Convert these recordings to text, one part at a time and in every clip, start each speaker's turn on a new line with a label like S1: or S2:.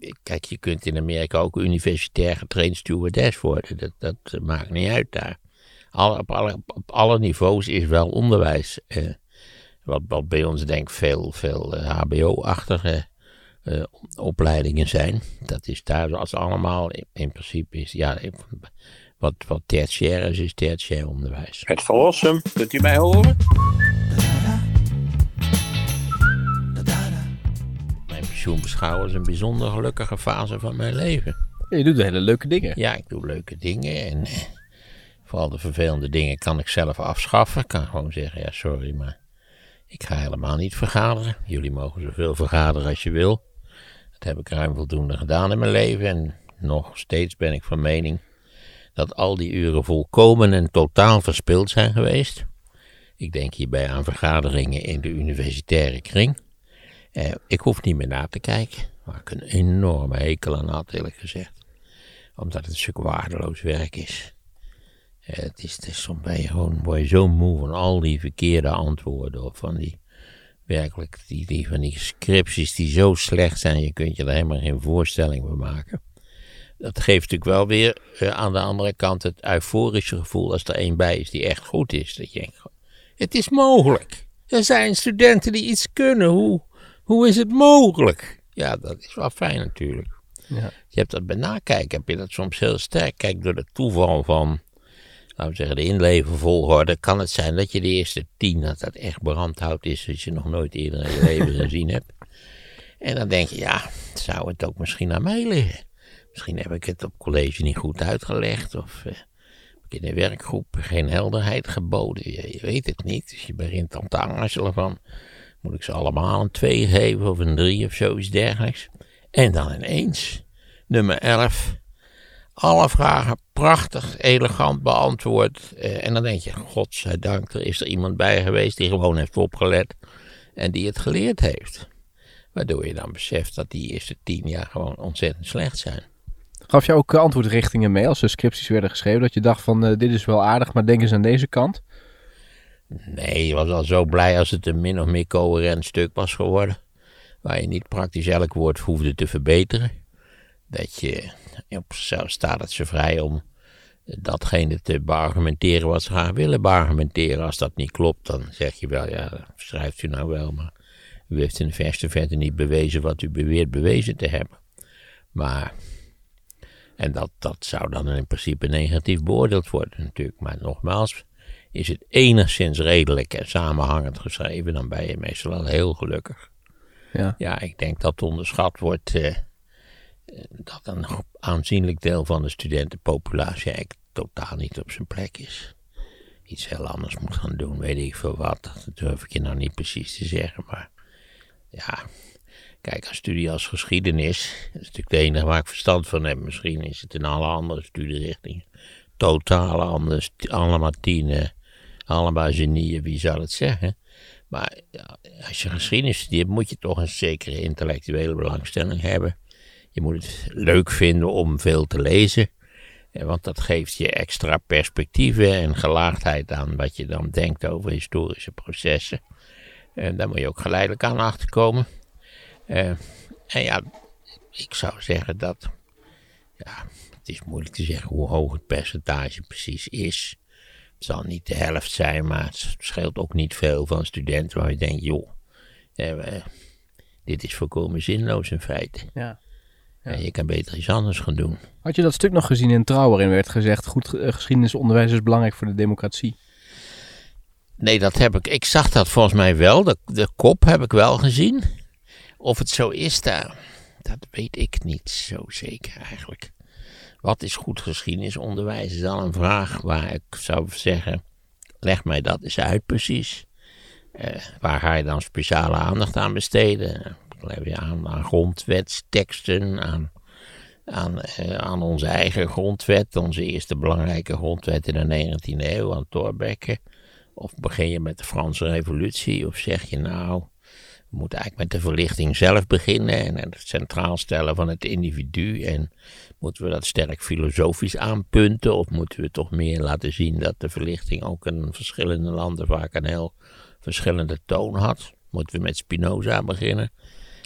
S1: kijk, je kunt in Amerika ook universitair getraind stewardess worden. Dat maakt niet uit daar. Op alle niveaus is wel onderwijs. Wat bij ons denk ik veel hbo-achtige opleidingen zijn. Dat is daar als allemaal in principe is. Ja, wat tertiair is tertiair onderwijs.
S2: Het Verlossum, kunt u mij horen?
S1: Mijn pensioen beschouwen als een bijzonder gelukkige fase van mijn leven.
S3: Je doet hele leuke dingen.
S1: Ja, ik doe leuke dingen en vooral de vervelende dingen kan ik zelf afschaffen. Ik kan gewoon zeggen, ja sorry, maar ik ga helemaal niet vergaderen. Jullie mogen zoveel vergaderen als je wil. Dat heb ik ruim voldoende gedaan in mijn leven en nog steeds ben ik van mening dat al die uren volkomen en totaal verspild zijn geweest. Ik denk hierbij aan vergaderingen in de universitaire kring. Ik hoef niet meer na te kijken, waar ik een enorme hekel aan had, eerlijk gezegd. Omdat het een stuk waardeloos werk is. Soms word je zo moe van al die verkeerde antwoorden, of van die werkelijk, van die scripties die zo slecht zijn, je kunt je er helemaal geen voorstelling van maken. Dat geeft natuurlijk wel weer aan de andere kant het euforische gevoel als er één bij is die echt goed is. Dat je denkt, het is mogelijk. Er zijn studenten die iets kunnen, hoe is het mogelijk? Ja, dat is wel fijn natuurlijk. Ja. Je hebt dat bij nakijken, heb je dat soms heel sterk. Kijk, door het toeval van, laten we zeggen, de inlevenvolgorde, kan het zijn dat je de eerste 10, dat echt brandhout is, dat je nog nooit eerder in je leven gezien hebt. En dan denk je, ja, zou het ook misschien aan mij liggen? Misschien heb ik het op college niet goed uitgelegd, of heb ik in de werkgroep geen helderheid geboden. Je weet het niet, dus je begint dan te angelen van, moet ik ze allemaal een 2 geven of een 3 of zoiets dergelijks? En dan ineens, nummer 11, alle vragen prachtig, elegant beantwoord. En dan denk je, godzijdank, er is er iemand bij geweest die gewoon heeft opgelet en die het geleerd heeft. Waardoor je dan beseft dat die eerste 10 jaar gewoon ontzettend slecht zijn.
S3: Gaf je ook antwoordrichtingen mee als de scripties werden geschreven? Dat je dacht van, dit is wel aardig, maar denk eens aan deze kant?
S1: Nee, je was al zo blij als het een min of meer coherent stuk was geworden. Waar je niet praktisch elk woord hoefde te verbeteren. Dat je op zichzelf staat het ze vrij om datgene te beargumenteren wat ze graag willen beargumenteren. Als dat niet klopt, dan zeg je wel, ja, dat schrijft u nou wel, maar u heeft in de verste verte niet bewezen wat u beweert bewezen te hebben. Maar, en dat zou dan in principe negatief beoordeeld worden natuurlijk. Maar nogmaals, is het enigszins redelijk en samenhangend geschreven, dan ben je meestal al heel gelukkig. Ja, ik denk dat onderschat wordt dat een aanzienlijk deel van de studentenpopulatie eigenlijk totaal niet op zijn plek is. Iets heel anders moet gaan doen, weet ik veel wat. Dat durf ik je nou niet precies te zeggen, maar ja, kijk, een studie als geschiedenis, dat is natuurlijk de enige waar ik verstand van heb. Misschien is het in alle andere studierichtingen totaal anders, allemaal 10, allemaal genieën, wie zal het zeggen. Maar ja, als je geschiedenis studeert, moet je toch een zekere intellectuele belangstelling hebben. Je moet het leuk vinden om veel te lezen. Want dat geeft je extra perspectieven en gelaagdheid aan wat je dan denkt over historische processen. En daar moet je ook geleidelijk aan achterkomen. En ja, ik zou zeggen dat, ja, het is moeilijk te zeggen hoe hoog het percentage precies is. Het zal niet de helft zijn, maar het scheelt ook niet veel van studenten waar je denkt, joh, dit is volkomen zinloos in feite. Ja. Je kan beter iets anders gaan doen.
S3: Had je dat stuk nog gezien in Trouw waarin werd gezegd, goed geschiedenisonderwijs is belangrijk voor de democratie?
S1: Nee, dat heb ik. Ik zag dat volgens mij wel. De kop heb ik wel gezien. Of het zo is, dat weet ik niet zo zeker eigenlijk. Wat is goed geschiedenisonderwijs? Is al een vraag waar ik zou zeggen, leg mij dat eens uit precies. Waar ga je dan speciale aandacht aan besteden? Leg je aan grondwetsteksten, aan onze eigen grondwet, onze eerste belangrijke grondwet in de 19e eeuw, aan Thorbecke. Of begin je met de Franse Revolutie, of zeg je nou, we moeten eigenlijk met de verlichting zelf beginnen en het centraal stellen van het individu en moeten we dat sterk filosofisch aanpunten of moeten we toch meer laten zien dat de verlichting ook in verschillende landen vaak een heel verschillende toon had? Moeten we met Spinoza beginnen?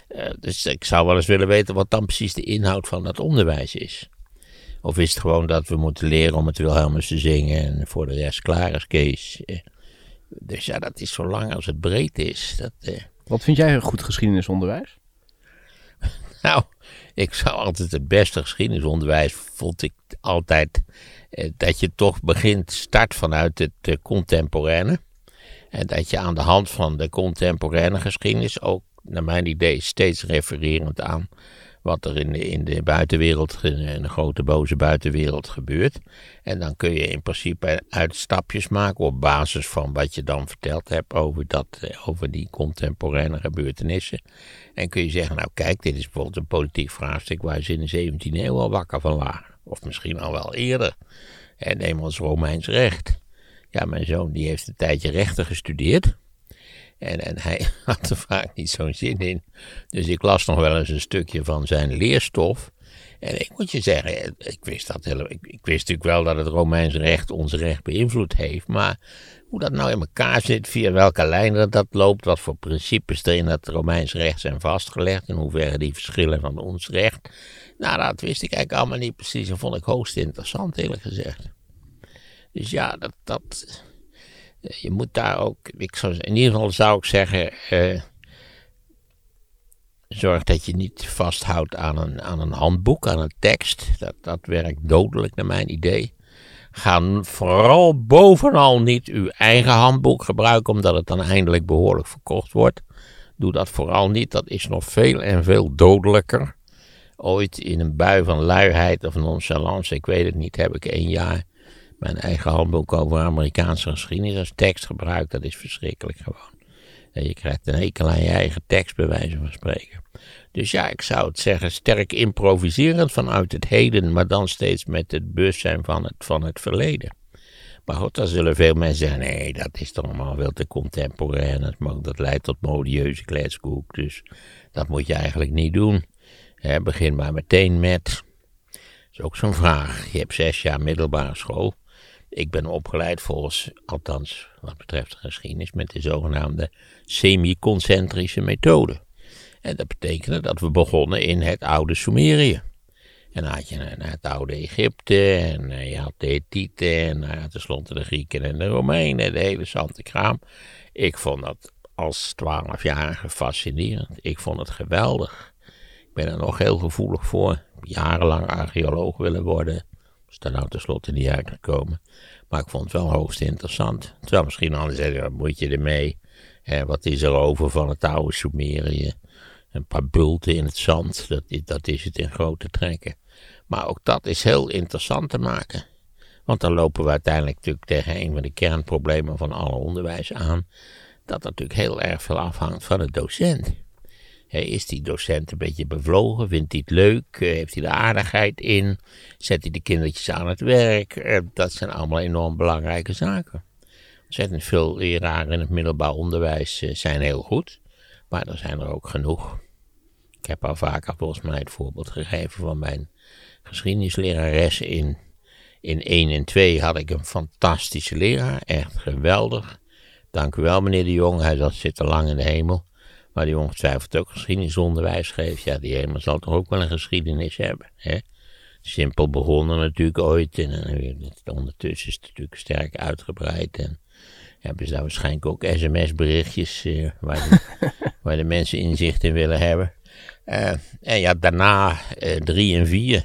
S1: Dus ik zou wel eens willen weten wat dan precies de inhoud van dat onderwijs is. Of is het gewoon dat we moeten leren om het Wilhelmus te zingen en voor de rest klaar is Kees. Dus ja, dat is zo lang als het breed is.
S3: Wat vind jij een goed geschiedenisonderwijs?
S1: Nou, ik zou altijd het beste geschiedenisonderwijs, vond ik altijd, dat je toch start vanuit het contemporaine. En dat je aan de hand van de contemporaine geschiedenis ook, naar mijn idee, steeds refererend aan wat er in de buitenwereld, in de grote boze buitenwereld gebeurt. En dan kun je in principe uitstapjes maken op basis van wat je dan verteld hebt over die contemporaine gebeurtenissen. En kun je zeggen, nou kijk, dit is bijvoorbeeld een politiek vraagstuk waar ze in de 17e eeuw al wakker van waren. Of misschien al wel eerder. En neem ons Romeins recht. Ja, mijn zoon die heeft een tijdje rechten gestudeerd. En hij had er vaak niet zo'n zin in. Dus ik las nog wel eens een stukje van zijn leerstof. En ik moet je zeggen, ik wist natuurlijk wel dat het Romeins recht ons recht beïnvloed heeft. Maar hoe dat nou in elkaar zit, via welke lijnen dat loopt, wat voor principes er in het Romeins recht zijn vastgelegd, in hoeverre die verschillen van ons recht. Nou, dat wist ik eigenlijk allemaal niet precies en vond ik hoogst interessant, eerlijk gezegd. Dus ja, je moet daar ook, in ieder geval zou ik zeggen, zorg dat je niet vasthoudt aan een handboek, aan een tekst. Dat werkt dodelijk naar mijn idee. Ga vooral bovenal niet uw eigen handboek gebruiken, omdat het dan eindelijk behoorlijk verkocht wordt. Doe dat vooral niet, dat is nog veel en veel dodelijker. Ooit in een bui van luiheid of nonchalance, ik weet het niet, heb ik 1 jaar mijn eigen handboek over Amerikaanse geschiedenis als tekst gebruikt. Dat is verschrikkelijk gewoon. En je krijgt een hekel aan je eigen tekst, bij wijze van spreken. Dus ja, ik zou het zeggen, sterk improviserend vanuit het heden, maar dan steeds met het bewustzijn van het verleden. Maar goed, dan zullen veel mensen zeggen, nee, dat is toch allemaal veel te contemporain. Dat leidt tot modieuze kletskoek, dus dat moet je eigenlijk niet doen. Begin maar meteen met, dat is ook zo'n vraag, je hebt 6 jaar middelbare school. Ik ben opgeleid althans wat betreft de geschiedenis, met de zogenaamde semi-concentrische methode. En dat betekende dat we begonnen in het oude Sumerië. En dan had je het oude Egypte, en je had de Hethieten, en tenslotte de Grieken en de Romeinen, de hele zantekraam. Ik vond dat als 12-jarige fascinerend. Ik vond het geweldig. Ik ben er nog heel gevoelig voor. Jarenlang archeoloog willen worden. Is daar nou tenslotte niet uitgekomen. Maar ik vond het wel hoogst interessant. Terwijl misschien anders zeggen, wat moet je ermee? Wat is er over van het oude Sumerië? Een paar bulten in het zand, dat is het in grote trekken. Maar ook dat is heel interessant te maken. Want dan lopen we uiteindelijk natuurlijk tegen een van de kernproblemen van alle onderwijs aan. Dat natuurlijk heel erg veel afhangt van de docent. Is die docent een beetje bevlogen? Vindt hij het leuk? Heeft hij de aardigheid in? Zet hij de kindertjes aan het werk? Dat zijn allemaal enorm belangrijke zaken. Ontzettend veel leraren in het middelbaar onderwijs zijn heel goed. Maar er zijn er ook genoeg. Ik heb al vaker volgens mij het voorbeeld gegeven van mijn geschiedenislerares. In 1 en 2 had ik een fantastische leraar. Echt geweldig. Dank u wel, meneer de Jong. Hij zit al lang in de hemel. Maar die ongetwijfeld ook geschiedenisonderwijs geeft. Ja, die hemel zal toch ook wel een geschiedenis hebben. Hè? Simpel begonnen natuurlijk ooit. En ondertussen is het natuurlijk sterk uitgebreid. En hebben ze daar waarschijnlijk ook sms-berichtjes waar de mensen inzicht in willen hebben. En ja, daarna 3 en 4.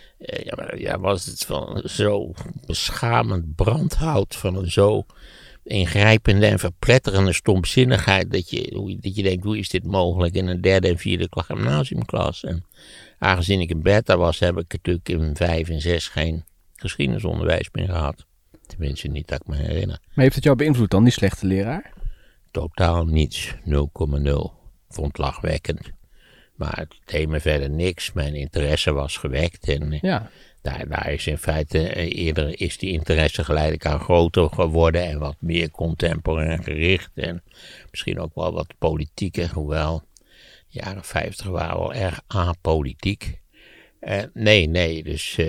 S1: Was het van zo beschamend brandhout van een zo ingrijpende en verpletterende stomzinnigheid dat je denkt, hoe is dit mogelijk in een 3e en 4e gymnasiumklas? En aangezien ik een beta was, heb ik natuurlijk in 5 en 6 geen geschiedenisonderwijs meer gehad. Tenminste, niet dat ik me herinner.
S3: Maar heeft het jou beïnvloed dan, die slechte leraar?
S1: Totaal niets, 0,0. Vond het lachwekkend. Maar het deed me verder niks. Mijn interesse was gewekt. En
S3: ja.
S1: Daar is in feite eerder is die interesse geleidelijk aan groter geworden. En wat meer contemporain gericht. En misschien ook wel wat politieker. Hoewel, de jaren 50 waren wel erg apolitiek. Dus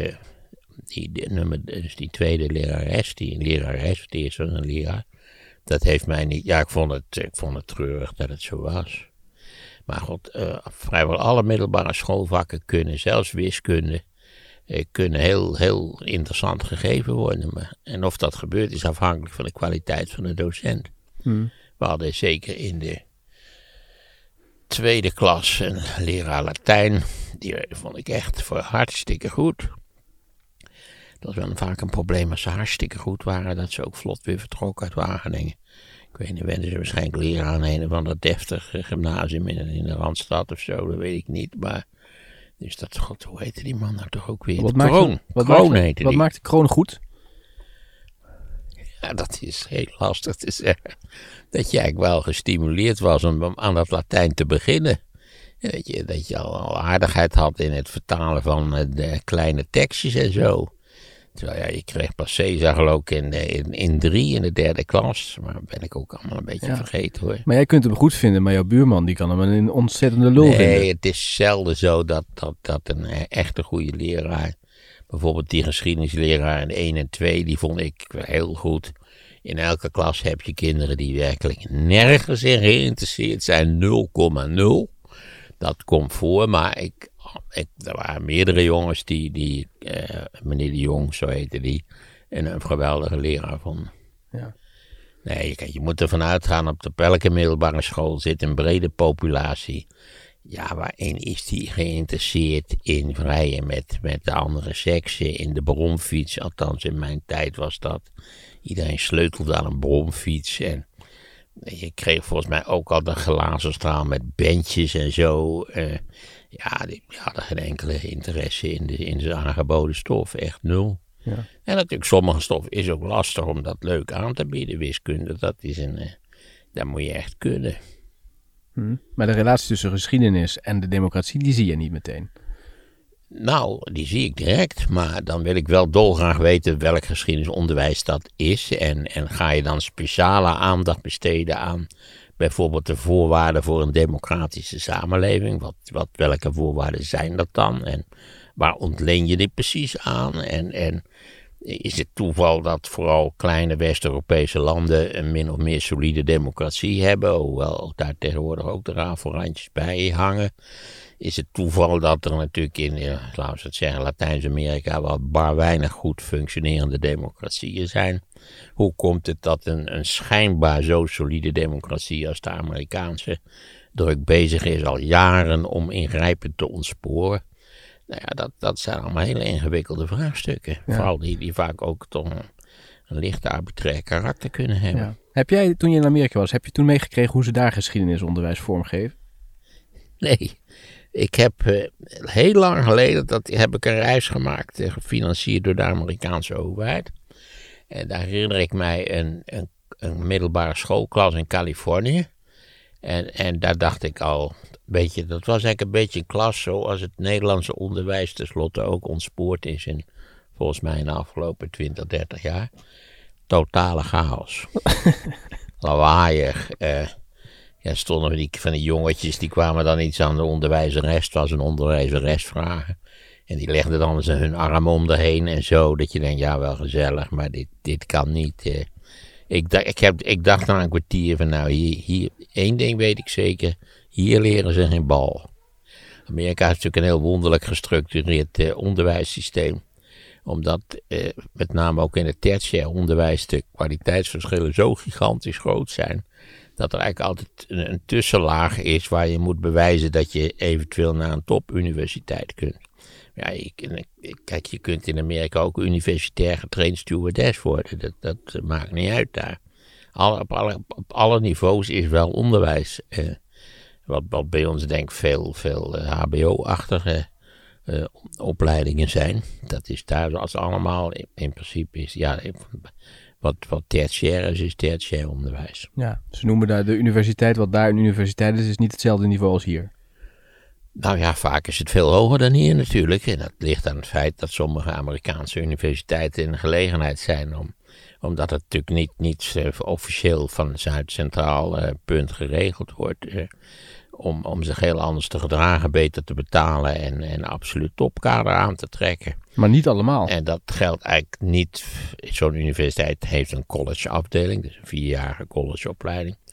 S1: die tweede lerares, die eerste was een leraar. Dat heeft mij niet, ik vond het treurig dat het zo was. Maar goed, vrijwel alle middelbare schoolvakken kunnen, zelfs wiskunde, kunnen heel interessant gegeven worden. En of dat gebeurt is afhankelijk van de kwaliteit van de docent. We hadden zeker in de tweede klas een leraar Latijn. Die vond ik echt voor hartstikke goed. Dat was wel vaak een probleem als ze hartstikke goed waren, dat ze ook vlot weer vertrokken uit Wageningen. Ik weet niet, werden ze waarschijnlijk leraar aan een of ander deftig gymnasium in de Randstad of zo, dat weet ik niet. Maar, dus dat, god, hoe heette die man nou toch ook weer? Kroon heette die.
S3: Wat maakte Kroon goed?
S1: Ja, dat is heel lastig te zeggen. Dat je eigenlijk wel gestimuleerd was om aan dat Latijn te beginnen. Dat je al aardigheid had in het vertalen van de kleine tekstjes en zo. Terwijl ja, je kreeg pas Caesar geloof ik in 3 in de derde klas. Maar dat ben ik ook allemaal een beetje vergeten hoor.
S3: Maar jij kunt hem goed vinden, maar jouw buurman die kan hem een ontzettende lul vinden.
S1: Nee, het is zelden zo dat een echte goede leraar... Bijvoorbeeld die geschiedenisleraar in 1 en 2, die vond ik heel goed. In elke klas heb je kinderen die werkelijk nergens in geïnteresseerd zijn. 0,0. Dat komt voor, maar er waren meerdere jongens die meneer de Jong, zo heette die, en een geweldige leraar vonden.
S3: Ja.
S1: Nee, kijk, je moet ervan uitgaan, op elke middelbare school zit een brede populatie. Ja, waarin is die geïnteresseerd in vrijen met de andere seksen, in de bromfiets. Althans, in mijn tijd was dat. Iedereen sleutelde aan een bromfiets. En je kreeg volgens mij ook al een glazen straal met bandjes en zo. Die hadden geen enkele interesse in de aangeboden stof. Echt 0. Ja. En natuurlijk, sommige stof is ook lastig om dat leuk aan te bieden. Wiskunde, dat moet je echt kunnen.
S3: Maar de relatie tussen geschiedenis en de democratie, die zie je niet meteen.
S1: Nou, die zie ik direct, maar dan wil ik wel dolgraag weten welk geschiedenisonderwijs dat is. En ga je dan speciale aandacht besteden aan bijvoorbeeld de voorwaarden voor een democratische samenleving? Welke voorwaarden zijn dat dan? En waar ontleen je dit precies aan? En is het toeval dat vooral kleine West-Europese landen een min of meer solide democratie hebben, hoewel daar tegenwoordig ook de rafelrandjes bij hangen? Is het toeval dat er natuurlijk in, laten we het zeggen, Latijns-Amerika wat bar weinig goed functionerende democratieën zijn? Hoe komt het dat een schijnbaar zo solide democratie als de Amerikaanse druk bezig is al jaren om ingrijpend te ontsporen? Nou ja, dat zijn allemaal hele ingewikkelde vraagstukken. Ja. Vooral die vaak ook toch een licht arbitrair karakter kunnen hebben.
S3: Ja. Heb jij, toen je in Amerika was, heb je toen meegekregen hoe ze daar geschiedenisonderwijs vormgeven?
S1: Nee, ik heb heel lang geleden, heb ik een reis gemaakt, gefinancierd door de Amerikaanse overheid. En daar herinner ik mij een middelbare schoolklas in Californië. En daar dacht ik al, dat was eigenlijk een beetje een klas zoals het Nederlandse onderwijs tenslotte ook ontspoord is in, volgens mij in de afgelopen 20, 30 jaar. Totale chaos. Lawaaiig. Stonden van die jongetjes, die kwamen dan iets aan de onderwijzeres, het was een onderwijzeres vragen. En die legden dan hun arm om erheen en zo, dat je denkt, ja wel gezellig, maar dit kan niet. Ik dacht na een kwartier van, nou hier, één ding weet ik zeker, hier leren ze geen bal. Amerika heeft natuurlijk een heel wonderlijk gestructureerd onderwijssysteem. Omdat met name ook in het tertiair onderwijs de kwaliteitsverschillen zo gigantisch groot zijn, dat er eigenlijk altijd een tussenlaag is waar je moet bewijzen dat je eventueel naar een topuniversiteit kunt. Ja, kijk, je kunt in Amerika ook universitair getraind stewardess worden. Dat maakt niet uit daar. Op alle niveaus is wel onderwijs. Wat bij ons denk ik veel hbo-achtige opleidingen zijn. Dat is daar als allemaal in principe is. Ja, wat tertiair is tertiair onderwijs.
S3: Ja, ze noemen daar de universiteit, wat daar een universiteit is niet hetzelfde niveau als hier.
S1: Nou ja, vaak is het veel hoger dan hier natuurlijk. En dat ligt aan het feit dat sommige Amerikaanse universiteiten in de gelegenheid zijn omdat het natuurlijk niet officieel van het Zuid-Centraal punt geregeld wordt. Om zich heel anders te gedragen, beter te betalen en absoluut topkader aan te trekken.
S3: Maar niet allemaal.
S1: En dat geldt eigenlijk niet. Zo'n universiteit heeft een collegeafdeling, dus een 4-jarige collegeopleiding.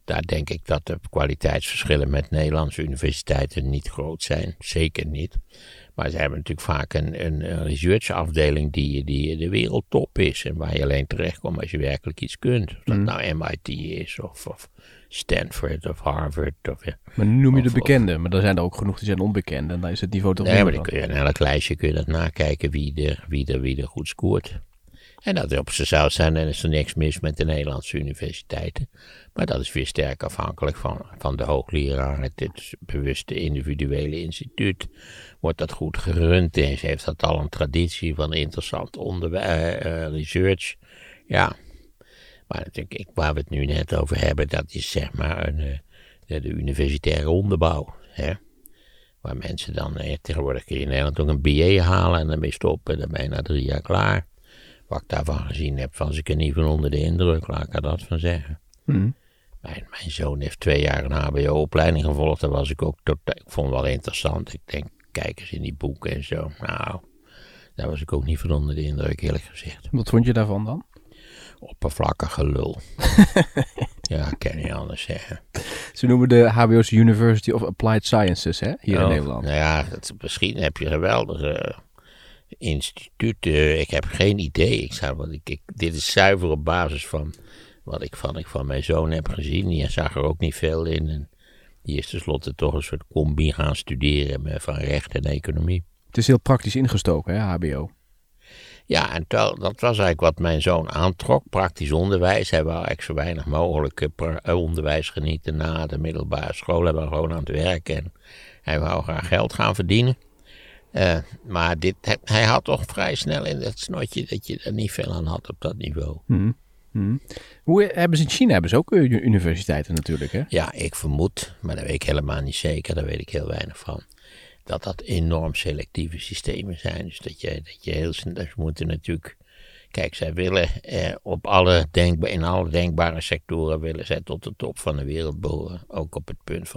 S1: daar denk ik dat de kwaliteitsverschillen met Nederlandse universiteiten niet groot zijn. Zeker niet. Maar ze hebben natuurlijk vaak een researchafdeling die de wereldtop is. En waar je alleen terechtkomt als je werkelijk iets kunt. Of dat nou MIT is of Stanford of Harvard.
S3: Maar nu noem je de bekende. Maar er zijn er ook genoeg die zijn onbekende. En dan is het niveau toch
S1: nee, maar dan kun je in elk lijstje kun je dat nakijken wie er goed scoort. En dat op zichzelf zijn, dan is er niks mis met de Nederlandse universiteiten. Maar dat is weer sterk afhankelijk van de hoogleraar. Het bewuste individuele instituut. Wordt dat goed gerund? Heeft dat al een traditie van interessant research? Ja. Maar natuurlijk, waar we het nu net over hebben, dat is zeg maar de universitaire onderbouw. Hè? Waar mensen dan, tegenwoordig kun je in Nederland ook een BA halen en dan ben je stoppen. Dan ben je na 3 jaar klaar. Wat ik daarvan gezien heb, was ik er niet van onder de indruk, laat ik er dat van zeggen. Mijn zoon heeft 2 jaar een HBO-opleiding gevolgd, daar was ik ook ik vond het wel interessant. Ik denk, kijk eens in die boeken en zo. Nou, daar was ik ook niet van onder de indruk, eerlijk gezegd.
S3: Wat vond je daarvan dan?
S1: Oppervlakkig gelul. Ja, kan niet anders zeggen.
S3: Ze noemen de HBO's University of Applied Sciences, hè, hier in Nederland.
S1: Nou ja, misschien heb je geweldige instituten. Ik heb geen idee. Dit is zuiver op basis van wat ik van mijn zoon heb gezien. Die zag er ook niet veel in. En die is tenslotte toch een soort combi gaan studeren van recht en economie.
S3: Het is heel praktisch ingestoken, hè, HBO.
S1: Ja, en dat was eigenlijk wat mijn zoon aantrok. Praktisch onderwijs. Hij wou eigenlijk zo weinig mogelijk onderwijs genieten na de middelbare school. Hij was gewoon aan het werken en hij wou graag geld gaan verdienen. Maar hij had toch vrij snel in het snotje dat je er niet veel aan had op dat niveau.
S3: Hoe hebben ze in China ook universiteiten natuurlijk, hè?
S1: Ja, ik vermoed, maar dat weet ik helemaal niet zeker, daar weet ik heel weinig van. Dat enorm selectieve systemen zijn. Dus dat je heel snel, ze moeten natuurlijk, kijk, zij willen in alle denkbare sectoren willen zij tot de top van de wereld behoren. Ook op het punt van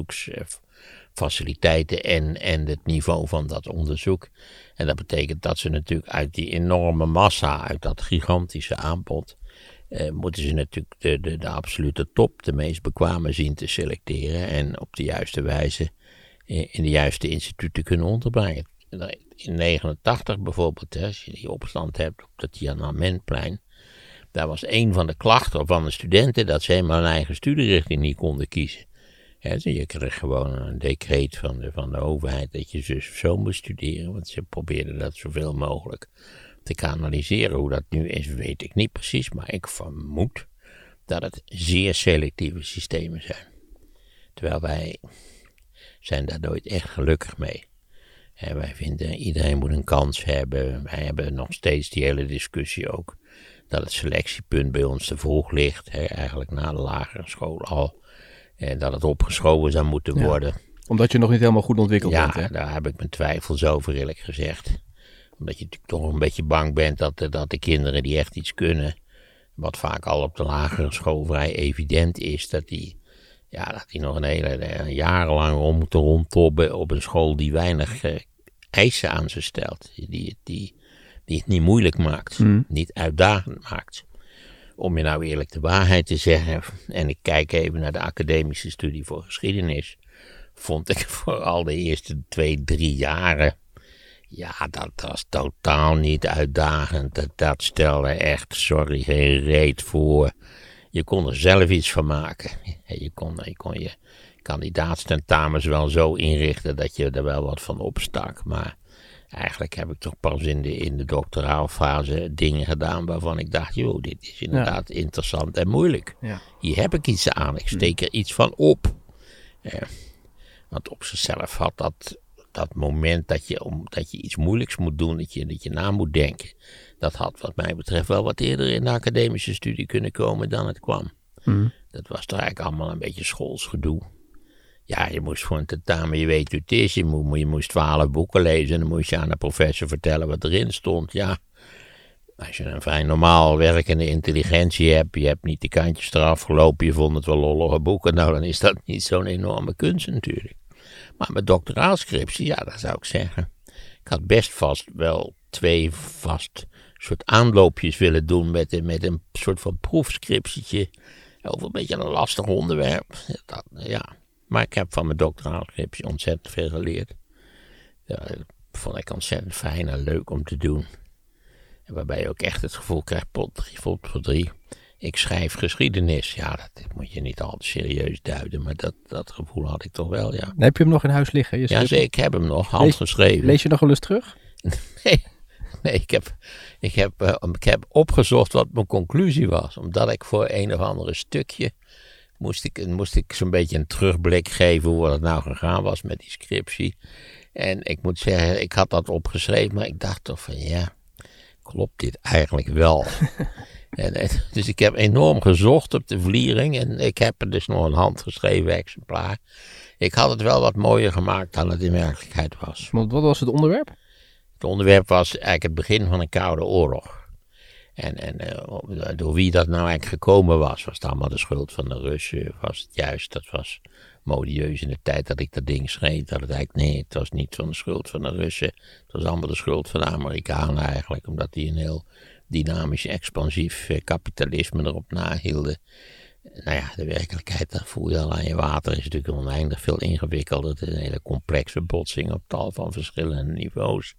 S1: onderzoeksfaciliteiten en het niveau van dat onderzoek. En dat betekent dat ze natuurlijk uit die enorme massa, uit dat gigantische aanbod, moeten ze natuurlijk de absolute top, de meest bekwame zien te selecteren en op de juiste wijze in de juiste instituten kunnen onderbrengen. In 89 bijvoorbeeld, als je die opstand hebt op het Tiananmenplein, daar was een van de klachten van de studenten dat ze helemaal hun eigen studierichting niet konden kiezen. Je kreeg gewoon een decreet van de overheid dat je zus of zo moest studeren, want ze probeerden dat zoveel mogelijk te kanaliseren. Hoe dat nu is, weet ik niet precies, maar ik vermoed dat het zeer selectieve systemen zijn. Terwijl wij zijn daar nooit echt gelukkig mee. Wij vinden iedereen moet een kans hebben. Wij hebben nog steeds die hele discussie ook dat het selectiepunt bij ons te vroeg ligt. Eigenlijk na de lagere school al. En dat het opgeschoven zou moeten worden.
S3: Omdat je nog niet helemaal goed ontwikkeld bent.
S1: Ja, daar heb ik mijn twijfels over, eerlijk gezegd. Omdat je natuurlijk toch een beetje bang bent dat de kinderen die echt iets kunnen, wat vaak al op de lagere school vrij evident is, dat die nog een hele jarenlang moeten rondtobben op een school die weinig eisen aan ze stelt. Die het niet moeilijk maakt, niet uitdagend maakt. Om je nou eerlijk de waarheid te zeggen, en ik kijk even naar de academische studie voor geschiedenis, vond ik vooral de eerste 2-3 jaren, dat was totaal niet uitdagend. Dat stelde echt, geen reet voor. Je kon er zelf iets van maken. Je kon je kandidaatstentamens wel zo inrichten dat je er wel wat van opstak. Maar eigenlijk heb ik toch pas in de doctoraalfase dingen gedaan waarvan ik dacht, dit is inderdaad interessant en moeilijk. Ja. Hier heb ik iets aan, ik steek er iets van op. Want op zichzelf had dat moment dat je iets moeilijks moet doen, dat je na moet denken, dat had wat mij betreft wel wat eerder in de academische studie kunnen komen dan het kwam. Dat was toch eigenlijk allemaal een beetje schoolsgedoe. Ja, je moest voor een tentamen, je weet hoe het is, je moest 12 boeken lezen en dan moest je aan de professor vertellen wat erin stond. Ja, als je een vrij normaal werkende intelligentie hebt, je hebt niet de kantjes eraf gelopen, je vond het wel lollige boeken, nou dan is dat niet zo'n enorme kunst natuurlijk. Maar met doctoraalscriptie, dat zou ik zeggen. Ik had best vast wel 2 soort aanloopjes willen doen met een soort van proefscriptietje Over een beetje een lastig onderwerp. Ja. Maar ik heb van mijn doctoraalscriptie ontzettend veel geleerd. Ja, dat vond ik ontzettend fijn en leuk om te doen. En waarbij je ook echt het gevoel krijgt, potverdorie. Ik schrijf geschiedenis. Ja, dat moet je niet al te serieus duiden. Maar dat gevoel had ik toch wel, ja.
S3: Heb je hem nog in huis liggen?
S1: Ja, zeker. Ik heb hem nog handgeschreven.
S3: Lees je nog wel eens terug?
S1: Nee, ik heb opgezocht wat mijn conclusie was. Omdat ik voor een of andere stukje moest ik zo'n beetje een terugblik geven hoe het nou gegaan was met die scriptie. En ik moet zeggen, ik had dat opgeschreven, maar ik dacht toch van ja, klopt dit eigenlijk wel? Dus ik heb enorm gezocht op de vliering en ik heb er dus nog een handgeschreven exemplaar. Ik had het wel wat mooier gemaakt dan het in werkelijkheid was.
S3: Want wat was het onderwerp?
S1: Het onderwerp was eigenlijk het begin van een koude oorlog. En door wie dat nou eigenlijk gekomen was het allemaal de schuld van de Russen? Was het juist, dat was modieus in de tijd dat ik dat ding schreef. Dat het eigenlijk, nee, het was niet van de schuld van de Russen. Het was allemaal de schuld van de Amerikanen eigenlijk. Omdat die een heel dynamisch, expansief kapitalisme erop nahielden. Nou ja, de werkelijkheid, dat voel je al aan je water, is natuurlijk oneindig veel ingewikkelder. Het is een hele complexe botsing op tal van verschillende niveaus.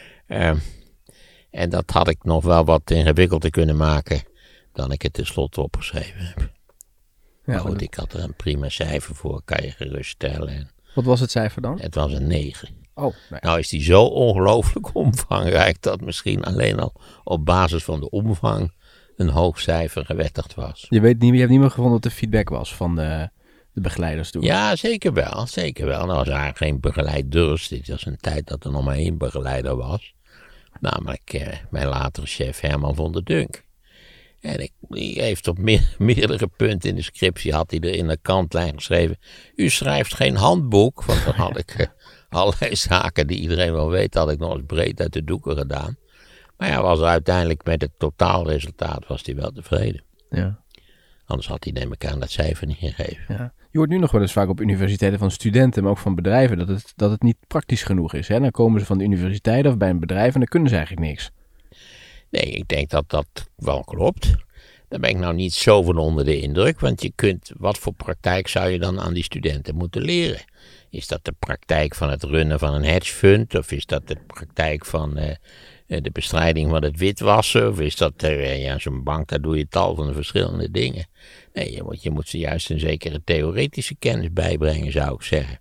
S1: En dat had ik nog wel wat ingewikkelder kunnen maken dan ik het tenslotte opgeschreven heb. Maar goed, ik had er een prima cijfer voor, kan je geruststellen.
S3: Wat was het cijfer dan?
S1: Het was een 9.
S3: Oh, nee.
S1: Nou is die zo ongelooflijk omvangrijk dat misschien alleen al op basis van de omvang een hoog cijfer gewettigd was.
S3: Je hebt niet meer gevonden wat de feedback was van de begeleiders toen?
S1: Ja, zeker wel. Zeker wel. Nou was eigenlijk geen begeleiders. Dit was een tijd dat er nog maar 1 begeleider was. Namelijk mijn latere chef Herman van der Dunk. En die heeft op meerdere punten in de scriptie, had hij er in de kantlijn geschreven. U schrijft geen handboek, want dan had ik allerlei zaken die iedereen wel weet, had ik nog eens breed uit de doeken gedaan. Maar ja, was uiteindelijk met het totaalresultaat was hij wel tevreden.
S3: Ja.
S1: Anders had hij neem ik aan dat cijfer niet gegeven.
S3: Ja. Je hoort nu nog wel eens vaak op universiteiten van studenten, maar ook van bedrijven, dat het niet praktisch genoeg is. Hè? Dan komen ze van de universiteit of bij een bedrijf en dan kunnen ze eigenlijk niks.
S1: Nee, ik denk dat dat wel klopt. Daar ben ik nou niet zo van onder de indruk, want wat voor praktijk zou je dan aan die studenten moeten leren? Is dat de praktijk van het runnen van een hedgefund, of is dat de praktijk van de bestrijding van het witwassen, of is dat zo'n bank, daar doe je tal van de verschillende dingen. Nee, je moet ze juist een zekere theoretische kennis bijbrengen, zou ik zeggen.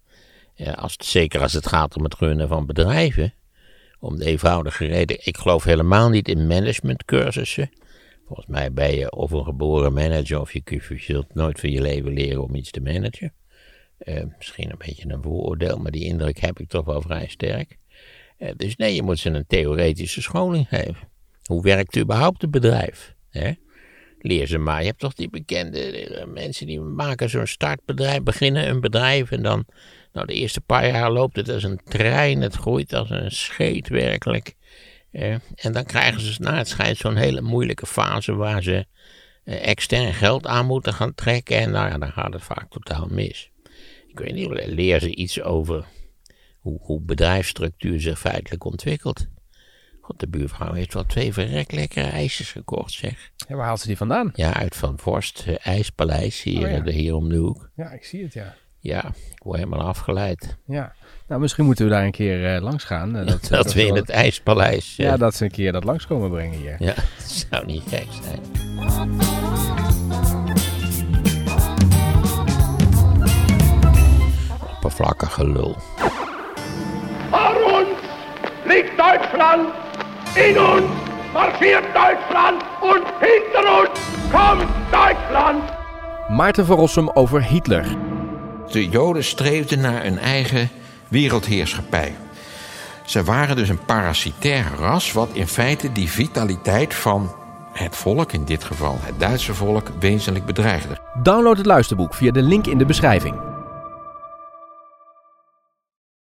S1: Zeker als het gaat om het runnen van bedrijven. Om de eenvoudige reden, ik geloof helemaal niet in managementcursussen. Volgens mij ben je of een geboren manager of je zult nooit van je leven leren om iets te managen. Misschien een beetje een vooroordeel, maar die indruk heb ik toch wel vrij sterk. Dus nee, je moet ze een theoretische scholing geven. Hoe werkt überhaupt een bedrijf? Leer ze maar. Je hebt toch die bekende mensen die maken zo'n startbedrijf, beginnen een bedrijf en dan... Nou, de eerste paar jaar loopt het als een trein, het groeit als een scheet werkelijk. En dan krijgen ze na het schijnt zo'n hele moeilijke fase waar ze extern geld aan moeten gaan trekken. En nou ja, dan gaat het vaak totaal mis. Ik weet niet, leer ze iets over hoe bedrijfsstructuur zich feitelijk ontwikkelt. God, de buurvrouw heeft wel 2 verrek lekkere ijsjes gekocht, zeg.
S3: Ja, waar haalt ze die vandaan?
S1: Ja, uit Van Vorst IJspaleis, hier om de hoek.
S3: Ja, ik zie het, ja.
S1: Ja, ik word helemaal afgeleid.
S3: Ja, nou misschien moeten we daar een keer langs gaan.
S1: Dat we in het IJspaleis...
S3: Ja, dat ze een keer dat langs komen brengen hier.
S1: Ja, dat zou niet gek zijn. Oppervlakkig gelul.
S2: Vor uns liegt Deutschland, in uns marschiert Deutschland und hinter uns kommt Deutschland.
S3: Maarten van Rossum over Hitler.
S4: De Joden streefden naar een eigen wereldheerschappij. Ze waren dus een parasitair ras wat in feite die vitaliteit van het volk, in dit geval het Duitse volk, wezenlijk bedreigde.
S3: Download het luisterboek via de link in de beschrijving.